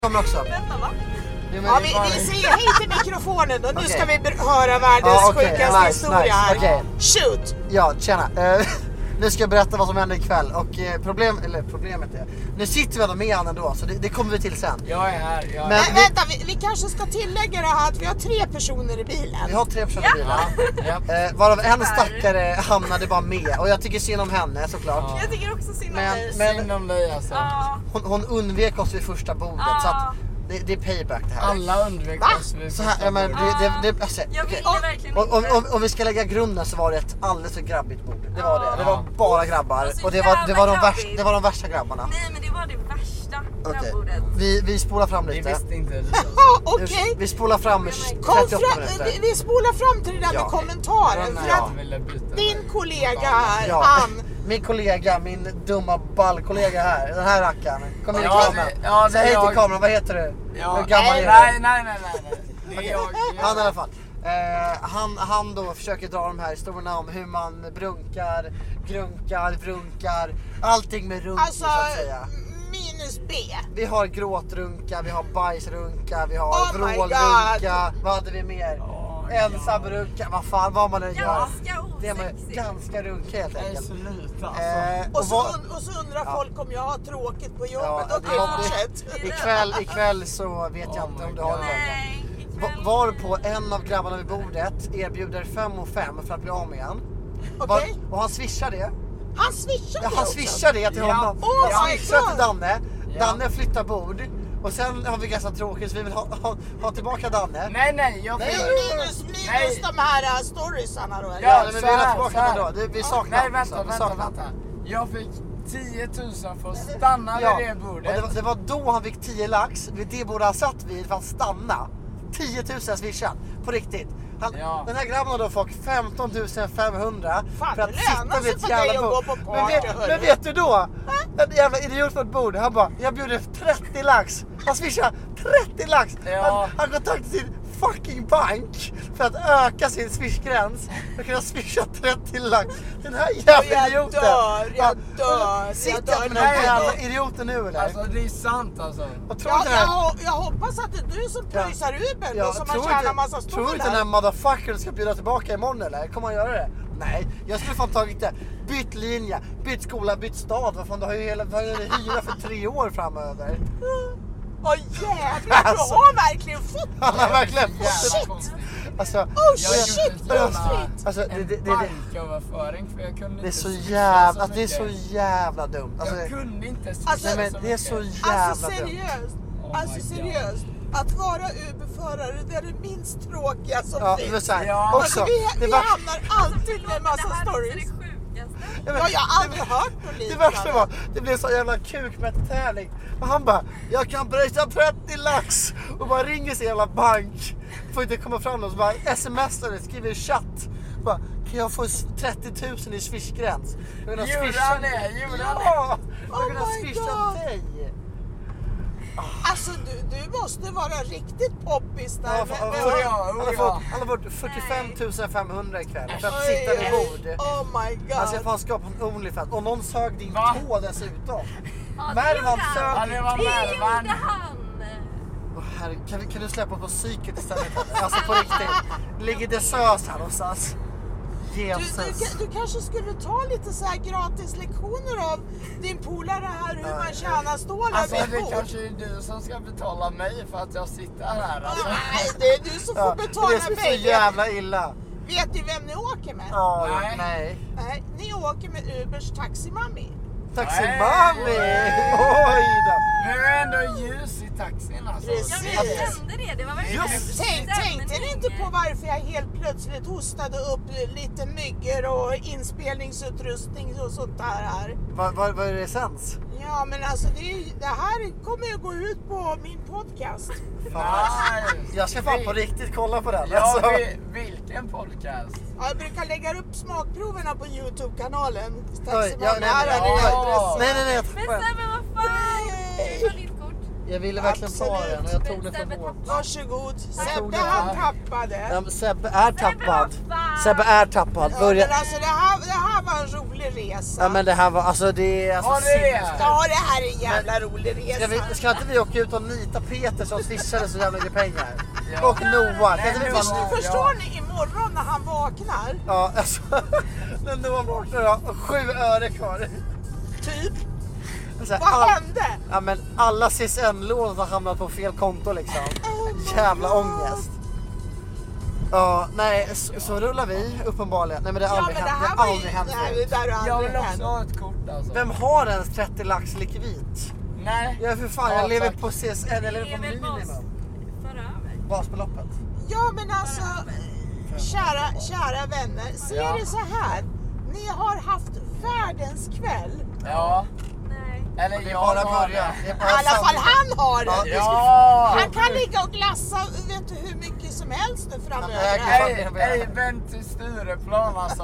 Kommer också. Vänta, va? Ja, vi säger hej till mikrofonen och nu ska vi höra världens sjukaste historia här. Okay. Shoot! Ja, tjena. Nu ska jag berätta vad som hände ikväll. Och problemet är, nu sitter vi ändå med han ändå, så det kommer vi till sen. Jag är här. Men vänta, vi kanske ska tillägga det här att vi har 3 personer i bilen. Vi har 3 personer i bilen. Varav en stackare hamnade bara med. Och jag tycker synd om henne såklart. Ja. Jag tycker också synd om dig. Men synd om dig alltså. Hon undvek oss vid första bordet. Så att det är payback det här. Alla undvek oss vid så här, men alltså, jag ville verkligen inte. om vi ska lägga grunden så var det ett alldeles för grabbigt bord. Det var det. Det var bara grabbar. så Och det var de värsta grabbarna. Nej, men det var det värsta Okej. Vi spolar fram lite. Vi visste inte det. Okej. Vi spolar fram 38 minuter. Vi spolar fram till det där med kommentaren. För att din kollega han... Min kollega, min dumma ballkollega här. Den här rackaren. Kom in i kameran. Ja, säg hej till kameran, vad heter du? Ja. Nej. Det är jag. Han i alla fall. Han då försöker dra de här historierna om hur man brunkar, grunkar, vrunkar. Allting med runk, alltså, så att säga. Minus B. Vi har gråtrunka, vi har bajsrunka, vi har vrålrunka. Vad hade vi mer? Ensamrunka, vad fan, vad man än gör. Det är ganska runka helt enkelt. Och så undrar folk om jag har tråkigt på jobbet. Okej, fortsätt. Ikväll så vet jag inte om du har det. Var på en av grabbarna vid bordet erbjuder 5 och 5 för att bli av med en. Okay. Och han swishar det. Han swishar det till honom. Han swishar till Danne. Danne flyttar bord. Och sen har vi ganska tråkigt så vi vill ha tillbaka Danne. Nej, minus de här storiesarna då. Ja, men vi vill ha tillbaka då. Vi saknar. Nej, vänta. Jag fick 10 000 för att stanna vid det bordet. Och det var då han fick 10 lax. Vid det bordet han satt vid för att stanna. 10 000 swishat. På riktigt. Den här grabben har då fått 15 500 för att sitta vid ett jävla bord. Men vet du då? En jävla idiot på ett bord. Han bara, jag bjuder 30 lax. Han swishar 30 lax. Han kontaktade sin fucking bank för att öka sin swishgräns. För att kunna swisha 30 lax. Den här jävla idioten. Jag dör. Sitter med den här jävla idioten nu eller? Alltså det är sant alltså. Jag hoppas att det är du som pröjsar Uber då, som man tjänar massa stålar. Tror du inte den här motherfuckern ska bjuda tillbaka imorgon eller? Kommer han göra det? Nej, jag skulle fan tagit det. Bytt linje, bytt skola, bytt stad. Vad fan, du har ju hyra för 3 år framöver. Åh jävlar, du har verkligen fått det. Han har verkligen fått det. Alltså, shit. Alltså, banköverföring för jag kunde det är så jävla, det är så jävla dumt. Alltså, jag kunde inte det är så jävla dumt. Alltså seriöst. Att vara Uber-förare, det är det minst tråkiga som finns. Också, vi hamnar alltid med en massa stories. Jag har aldrig hört något liknande. Det värsta var, det blev så jävla kuk med en tävling. Och han bara, jag kan pröjsa 30 lax. Och bara ringer sin jävla bank. Får inte komma fram och så bara smsar det, skriver i chatt. Bara, kan jag få 30 000 i swishgräns? Gjorde han det? Ja, jag vill ha swishat dig. Alltså du måste vara riktigt poppis där. Han har fått 45 500 ikväll för att sitta vid bord. Oh my god. Alltså jag får skapa en OnlyFans. Och någon sög din tå dessutom. Mervan sög din tå. Det gjorde han. Kan du släppa på psyket istället? Alltså på riktigt. Ligger det sös här någonstans? Du kanske skulle ta lite så här gratis lektioner av din polare här hur man tjänar stålar. Alltså det kanske är du som ska betala mig för att jag sitter här alltså. Nej, det är du som får betala mig. Det är så jävla illa. Vet du vem ni åker med? Nej. Ni åker med Ubers taximami. Taximami! Oj då. Nu är ändå ljus i taxin alltså. Jag kände det var verkligen. Tänkte ni inte på varför jag helt plötsligt hostade upp lite myggor och inspelningsutrustning och sånt där? Vad är det essens? Ja men alltså det här kommer ju gå ut på min podcast. Jag ska fan på riktigt kolla på den. Ja, alltså. Vilken podcast? Ja, jag brukar lägga upp smakproverna på YouTube-kanalen. Nej. Men vad fan? Jag ville verkligen ta den och jag tog den för hårt. Varsågod. Sebbe han tappade. Ja, Sebbe är tappad. Sebbe är tappad. Börja... Men alltså det här var en rolig resa. Ja men det här var alltså det är alltså Ja det här är en jävla rolig resa. Ska inte vi åka ut och nita Peter som swishade så jävla mycket pengar? Ja. Och Noah. Förstår ni imorgon när han vaknar? Ja alltså när Noah vaknar då 7 öre kvar. Typ. Alltså, vad hände? Ja men alla CSN-lån har hamnat på fel konto liksom. Jävla ångest. Ja, nej, så rullar vi uppenbarligen. Nej men det har aldrig hänt. Det har aldrig hänt. Jag vill också ha ett kort alltså. Vem har ens 30 lax likvitt? Nej. Ja för fan, jag lever på CSN, jag lever på minimum. Basbeloppet. Ja men alltså, kära vänner, ser det så här. Ni har haft världens kväll. Ja. Eller jag har det. I alla fall han har det. Ja. Han kan ligga och glassa vet du hur mycket som helst nu framöver. Hej, vänd till Stureplan alltså.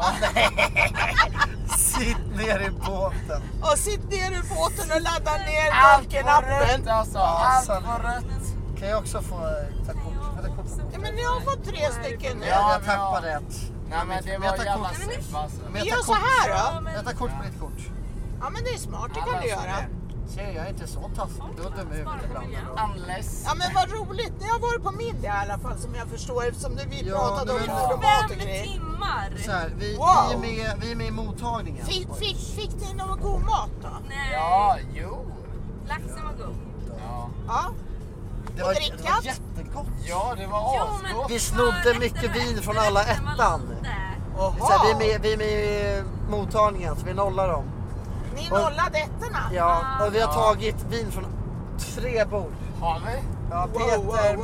Sitt ner i båten. Och sitt ner i båten och ladda ner allt på rött alltså. Allt på rött. Kan jag också få ta kort? Ja, men ni har fått 3 stycken nu. Ja, jag tappade ett. Nej men det var jävla siff alltså. Vi gör så här då. Jag tar kort på ditt kort. Ja men det är smart, det kan du göra. Jag är inte så taskig. Du är dum i huvudet ibland. Ja men vad roligt. Ni har varit på middag i alla fall som jag förstår eftersom vi pratade om mat och grejer. 5 timmar! Så här, vi är med i mottagningen. Fick ni någon god mat då? Nej. Ja, jo. Laxen var god. Ja. Det var jättegott. Ja, det var asgott. Vi snodde mycket vin från alla ettan. Så här, vi är med i mottagningen så vi nollar dem. Ni nollade ettorna? Ja, och vi har tagit vin från 3 bord. Har vi? Ja, Peter,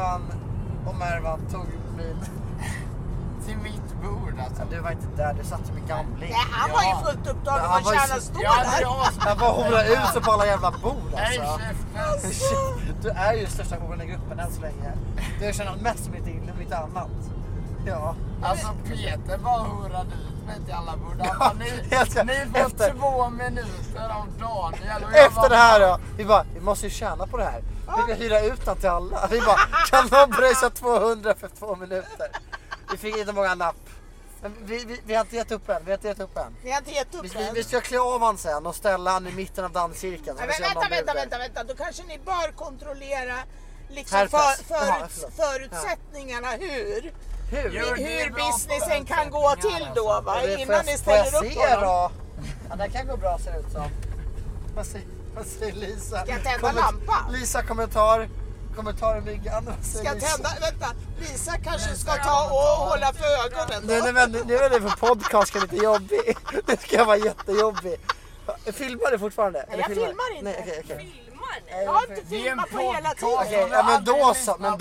Mervan tog vin. Till mitt bord alltså. Ja, du var inte där, du satt som en gamling. Nej, han var ju fullt upptagen med att tjäna stålar. Han var hora ut sig på alla jävla bord alltså. Alltså. Du är ju största horan i gruppen än så länge. Du har tjänat mest som inte annat. Ja. Alltså Peter bara horade ut mig till alla bord. Ni får 2 minuter av Daniel. Efter det här då, vi måste ju tjäna på det här. Vi vill hyra ut den till alla. Vi bara, kan någon pröjsa 200 för 2 minuter? Vi fick inte många napp. Men vi har inte gett upp än. Ni har inte gett upp än. Vi ska klä av han sen och ställa han i mitten av danscirkeln. Vänta. Då kanske ni bör kontrollera liksom förutsättningarna hur businessen kan gå till då va? Innan ni ställer upp honom. Ja, det kan gå bra ser det ut som. Vad säger Lisa? Ska jag tända lampa? Lisa kommentar i myggan. Ska tända, vänta. Lisa kanske ska ta och hålla för ögonen då. Nu är det för podcast ska lite jobbig. Det ska vara jättejobbig. Filmar du fortfarande? Nej, jag filmar inte. Nej, okay. Jag har inte filmat på hela tiden. Okej, ja, men då så. Ja, men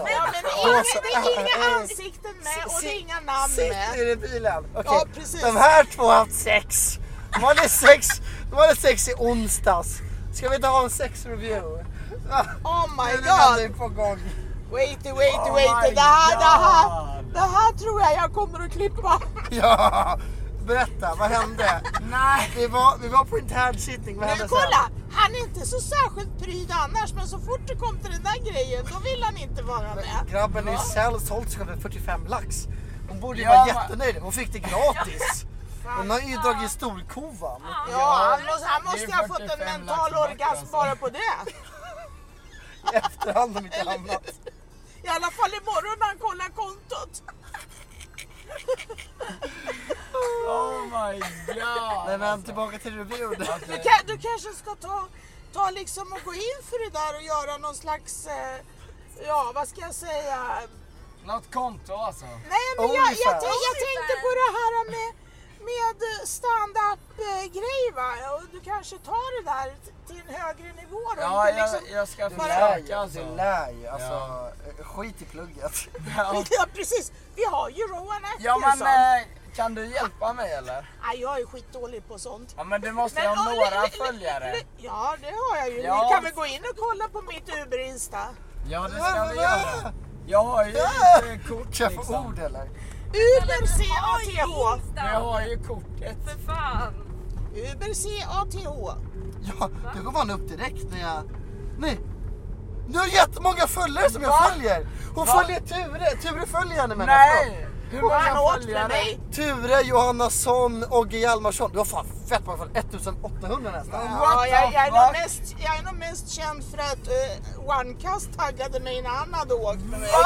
det är inga ansikten med och det är inga namn med. Sitter i bilen. Okay. Ja, precis. De här 2 har haft sex. De hade sex i onsdags. Ska vi inte ha en sexreview? Oh my god. På gång. Wait. Det här tror jag kommer att klippa. Ja. Berätta, vad hände? Nej. Vi var på internsittning. Vad hände kolla, han är inte så särskilt pryd annars, men så fort det kom till den där grejen, då vill han inte vara med. Grabben är sålt sig för 45 lax. Hon borde ju vara jättenöjd. Hon fick det gratis. Hon har ju dragit storkovan. Ja, han måste ha fått en mental orgasm bara på det. I efterhand om inte annat. I alla fall imorgon när han kollar kontot. Oh my god. Men tillbaka till review. Du kanske ska ta liksom och gå in för det där och göra någon slags, vad ska jag säga? Något konto alltså? Nej, men jag tänkte på det här med stand-up-grej va? Och du kanske tar det där till en högre nivå då? Ja, jag ska försöka alltså. Du lär ju, alltså skit i plugget. Ja, precis. Vi har ju Rowan Atkinson. Ja, men kan du hjälpa mig eller? Nej, jag är skitdålig på sånt. Ja, men du måste ha några följare. Ja, det har jag ju. Ja. Ni kan väl gå in och kolla på mitt Uber-insta? Ja, det ska vi göra. Jag har ju lite kort liksom. Ord eller? Uber CATH. Jag har ju kortet. För fan. Uber CATH. Ja, det går man upp direkt när jag... Nej, Du har jättemånga följare som jag följer. Hon följer Ture. Ture följer henne med. Nej! Hur många följare? Ture, Johannesson, Ogge Hjalmarsson. Du har fan fett många följare. 1800 nästan. Ja, jag är nog mest känd för att OneCast taggade mig när han hade åkt med mig.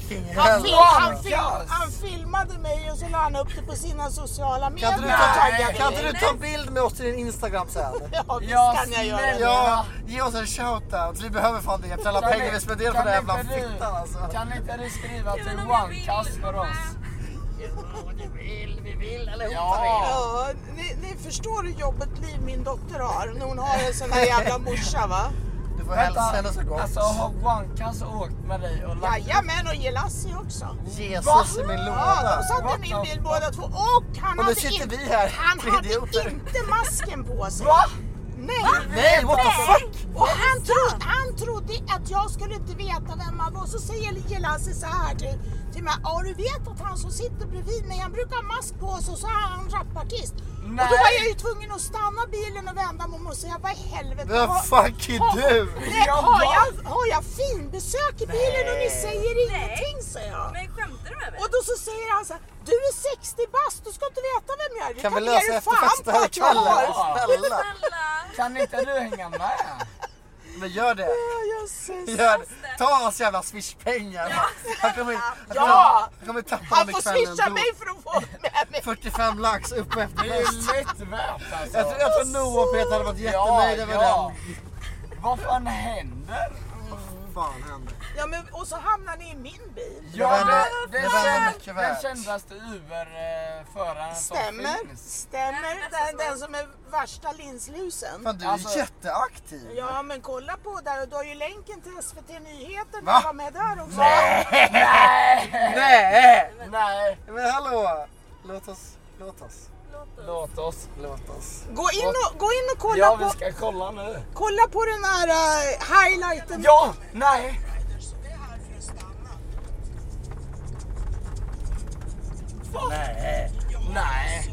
Han filmade mig och så la han upp det på sina sociala medier. Kan du ta en bild med oss till din Instagram sen? Ja, visst kan jag göra det. Ja, ge oss en shoutout. Vi behöver fan det. Alla pengar vi spenderar på det jävla fittan alltså. Kan inte du skriva till OneCast för oss? Vi vill allihopa. Ja, ni förstår hur jobbigt liv min dotter har när hon har en sån här jävla morsa, va? Du får hälsa henne så gott. Alltså har OneCast åkt med dig och lagt... Jajamän, och Gelassi också. Jesus i min låda. Ja, de satt i min bil båda två. Och nu sitter vi här. Han hade inte masken på sig. Va? Nej, what the fuck? Och han trodde att jag skulle inte veta vem han var. Så säger Gelassi så här till mig. Ja, du vet att han som sitter bredvid mig, han brukar ha mask på sig och så är han rapartist. Nej. Och då var jag ju tvungen att stanna bilen och vända mig om och säga, vad i helvete? Vem fuck är du? Har jag fin besök i bilen och ni säger ingenting, säger jag. Men skämtar du med mig? Och då så säger han så här, du är 60 bast, du ska inte veta vem jag är. Kan vi lösa efterfesten här ikväll? Snälla. Kan inte du hänga med? Men gör det. Ja, ta hans jävla swishpengar. Han kommer tappa han dem får ikväll swisha ändå. mig för att få med mig. 45 lax upp efter Det är fest. ju lätt värt alltså. Jag tror Noah och Peter hade varit jättenöjda med den. Vad fan händer? Fan händer. Ja, men och så hamnar ni i min bil. Ja, det var mycket den värt. kändaste Uber-föraren som finns. Stämmer. Den som är värsta linslusen. Fan, du är jätteaktiv. Ja, men kolla på där. Du har ju länken till SVT Nyheter. Va? Du var med där också. Nej. Men hallå. Låt oss. Gå in och kolla ja, på. vi ska kolla nu. Kolla på den här highlighten. Ja, nej. Nej.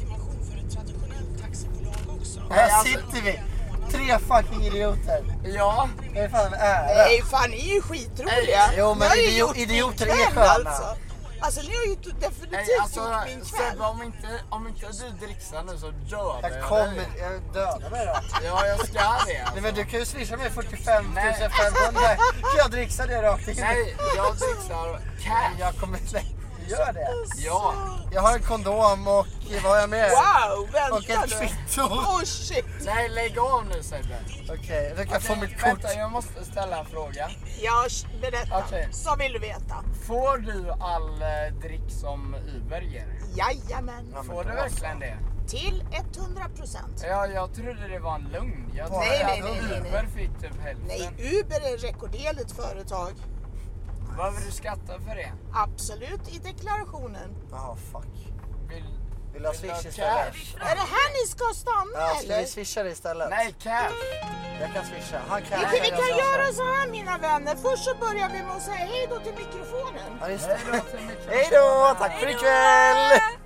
Här sitter vi. 3 fucking idioter. Ja. Det är fan en ära. Nej, fan, ni är ju skitroliga. Jo, men idioter är sköna. Alltså, ni har ju definitivt gjort min kväll. Sebbe, om inte du dricksar nu så dödar Jag kommer, jag dödar mig då. Ja, jag ska det alltså. Nej, men du kan ju swisha mig 45 500. Kan jag dricksa det rakt in? Nej, jag dricksar cash. Jag kommer inte gör det. Ja. Jag har en kondom och vad har jag med? Wow, vänta och ett kvitto. Oh shit. Nej, lägg av nu Sebbe. Okej, då kan jag få mitt kort. Vänta, jag måste ställa en fråga. Ja, berätta. Okej. Så vill du veta. Får du all drick som Uber ger? Jajamän. Får du verkligen det? Till 100%. Ja, jag trodde det var en lugn. Jag trodde Nej. Uber fick typ hälften. Nej, Uber är rekorderligt företag. Behöver du skatta för det? Absolut, i deklarationen. Jaha, fuck. Vill du ha swish cash? istället? Är det här ni ska stanna Ja, ska eller? vi swisha det istället? Nej, cash. Jag kan swisha. Han kan. Vi kan göra så här, mina vänner. Först så börjar vi med att säga hej då till mikrofonen. Ja, just det. Hej då, tack för ikväll!